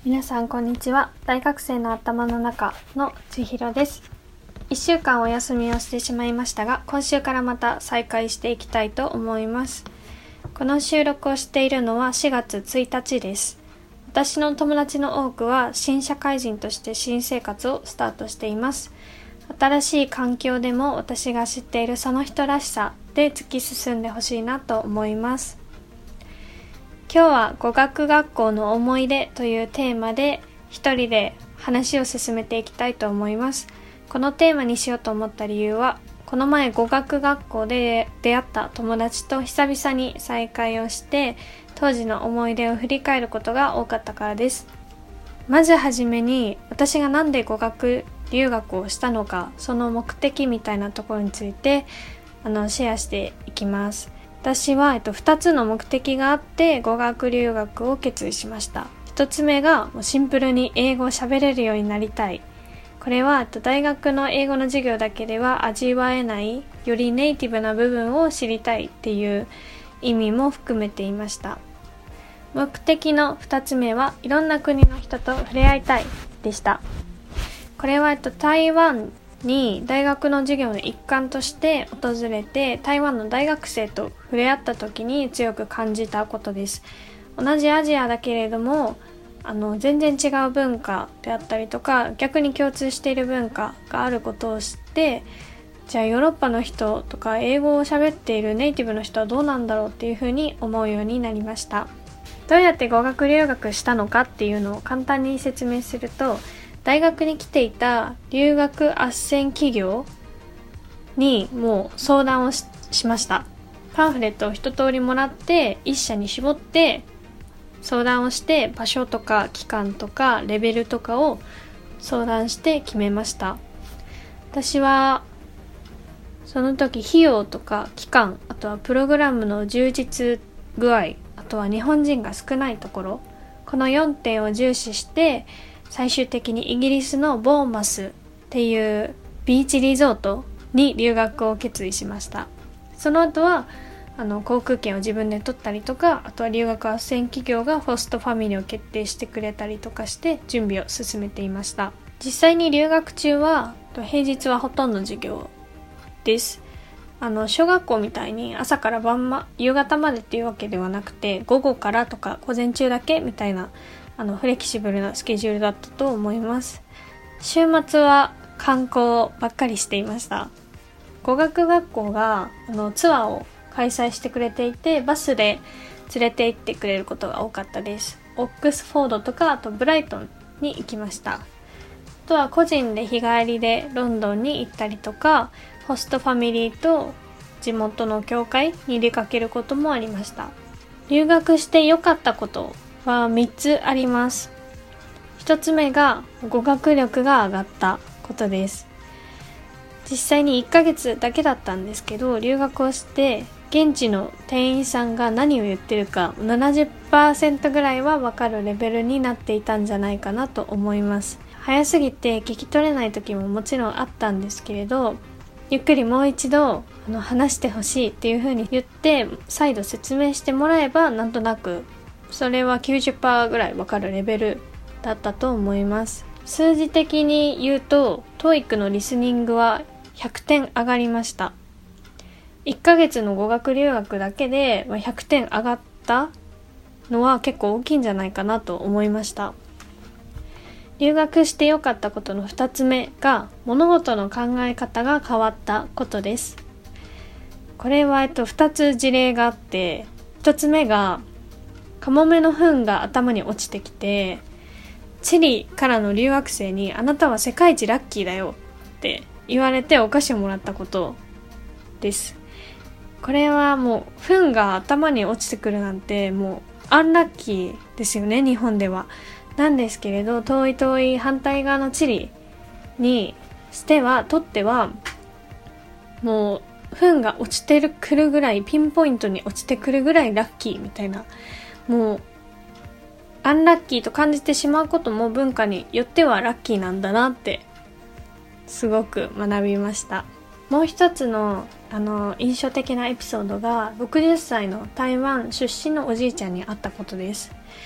皆さんこんにちは。大学生の頭の中の千尋です。1週間お休みをしてしまいましたが、今週からまた再開していきたいと思います。この収録をしているのは4月1日です。私の友達の多くは新社会人として新生活をスタートしています。新しい環境でも私が知っているその人らしさで突き進んでほしいなと思います。今日は語学学校の思い出というテーマで一人で話を進めていきたいと思います。このテーマにしようと思った理由は、この前語学学校で出会った友達と久々に再会をして当時の思い出を振り返ることが多かったからです。まずはじめに私がなんで語学留学をしたのか、その目的みたいなところについてシェアしていきます。私は、2つの目的があって語学留学を決意しました。1つ目がシンプルに英語を喋れるようになりたい。これは大学の英語の授業だけでは味わえないよりネイティブな部分を知りたいっていう意味も含めていました。目的の2つ目はいろんな国の人と触れ合いたいでした。これは台湾に大学の授業の一環として訪れて台湾の大学生と触れ合った時に強く感じたことです。同じアジアだけれども全然違う文化であったりとか逆に共通している文化があることを知って、じゃあヨーロッパの人とか英語を喋っているネイティブの人はどうなんだろうっていうふうに思うようになりました。どうやって語学留学したのかっていうのを簡単に説明すると、大学に来ていた留学斡旋企業にもう相談を しました。パンフレットを一通りもらって一社に絞って相談をして場所とか期間とかレベルとかを相談して決めました。私はその時費用とか期間、あとはプログラムの充実具合、あとは日本人が少ないところ、この4点を重視して最終的にイギリスのボーマスっていうビーチリゾートに留学を決意しました。その後は航空券を自分で取ったりとか、あとは留学斡旋企業がホストファミリーを決定してくれたりとかして準備を進めていました。実際に留学中は平日はほとんど授業です。小学校みたいに朝から夕方までっていうわけではなくて、午後からとか午前中だけみたいなフレキシブルなスケジュールだったと思います。週末は観光ばっかりしていました。語学学校がツアーを開催してくれていて、バスで連れて行ってくれることが多かったです。オックスフォードとかあとブライトンに行きました。あとは個人で日帰りでロンドンに行ったりとか、ホストファミリーと地元の教会に出かけることもありました。留学して良かったことは3つあります。1つ目が語学力が上がったことです。実際に1ヶ月だけだったんですけど、留学をして現地の店員さんが何を言ってるか 70% ぐらいは分かるレベルになっていたんじゃないかなと思います。早すぎて聞き取れない時ももちろんあったんですけれど、ゆっくりもう一度話してほしいっていう風に言って再度説明してもらえば、なんとなくそれは 90% ぐらい分かるレベルだったと思います。数字的に言うと TOEIC のリスニングは100点上がりました。1ヶ月の語学留学だけで100点上がったのは結構大きいんじゃないかなと思いました。留学して良かったことの2つ目が物事の考え方が変わったことです。これは2つ事例があって、1つ目がカモメの糞が頭に落ちてきて、チリからの留学生にあなたは世界一ラッキーだよって言われてお菓子をもらったことです。これはもう糞が頭に落ちてくるなんてもうアンラッキーですよね、日本では。なんですけれど、遠い反対側のチリにとってはもう糞が落ちてくるぐらい、ピンポイントに落ちてくるぐらいラッキーみたいな、もうアンラッキーと感じてしまうことも文化によってはラッキーなんだなってすごく学びました。もう一つの印象的なエピソードが60歳の台湾出身のおじいちゃんに会ったことです。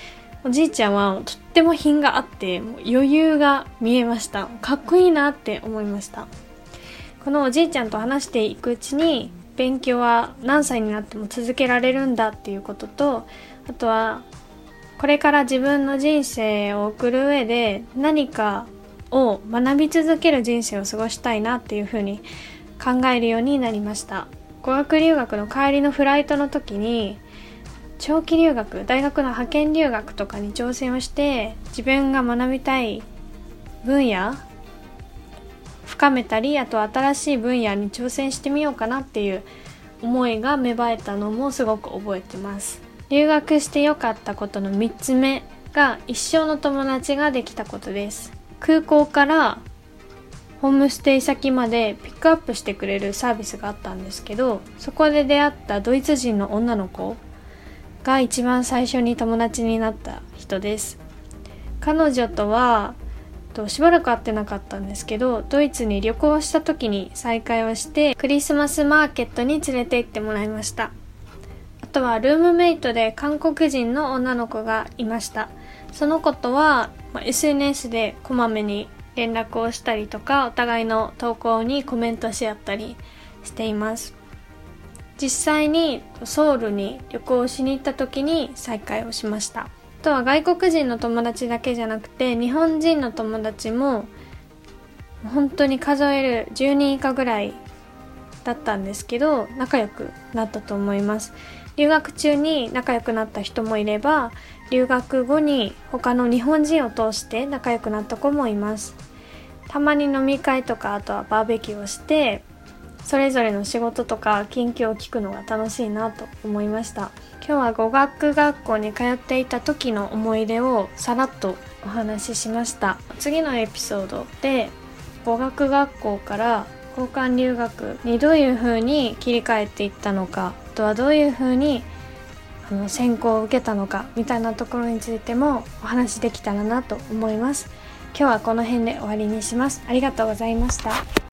おじいちゃんはとっても品があって、もう余裕が見えました。かっこいいなって思いました。このおじいちゃんと話していくうちに、勉強は何歳になっても続けられるんだっていうことと、あとはこれから自分の人生を送る上で何かを学び続ける人生を過ごしたいなっていうふうに考えるようになりました。語学留学の帰りのフライトの時に、長期留学、大学の派遣留学とかに挑戦をして、自分が学びたい分野深めたり、あと新しい分野に挑戦してみようかなっていう思いが芽生えたのもすごく覚えてます。留学してよかったことの3つ目が、一生の友達ができたことです。空港からホームステイ先までピックアップしてくれるサービスがあったんですけど、そこで出会ったドイツ人の女の子が一番最初に友達になった人です。彼女とはしばらく会ってなかったんですけど、ドイツに旅行した時に再会をして、クリスマスマーケットに連れて行ってもらいました。あとはルームメイトで韓国人の女の子がいました。その子とは、SNS でこまめに連絡をしたりとか、お互いの投稿にコメントし合ったりしています。実際にソウルに旅行しに行った時に再会をしました。あとは外国人の友達だけじゃなくて、日本人の友達も本当に数える10人以下ぐらいだったんですけど、仲良くなったと思います。留学中に仲良くなった人もいれば、留学後に他の日本人を通して仲良くなった子もいます。たまに飲み会とか、あとはバーベキューをして、それぞれの仕事とか近況を聞くのが楽しいなと思いました。今日は語学学校に通っていた時の思い出をさらっとお話ししました。次のエピソードで語学学校から交換留学にどういう風に切り替えていったのか、あとはどういう風に選考を受けたのかみたいなところについてもお話できたらなと思います。今日はこの辺で終わりにします。ありがとうございました。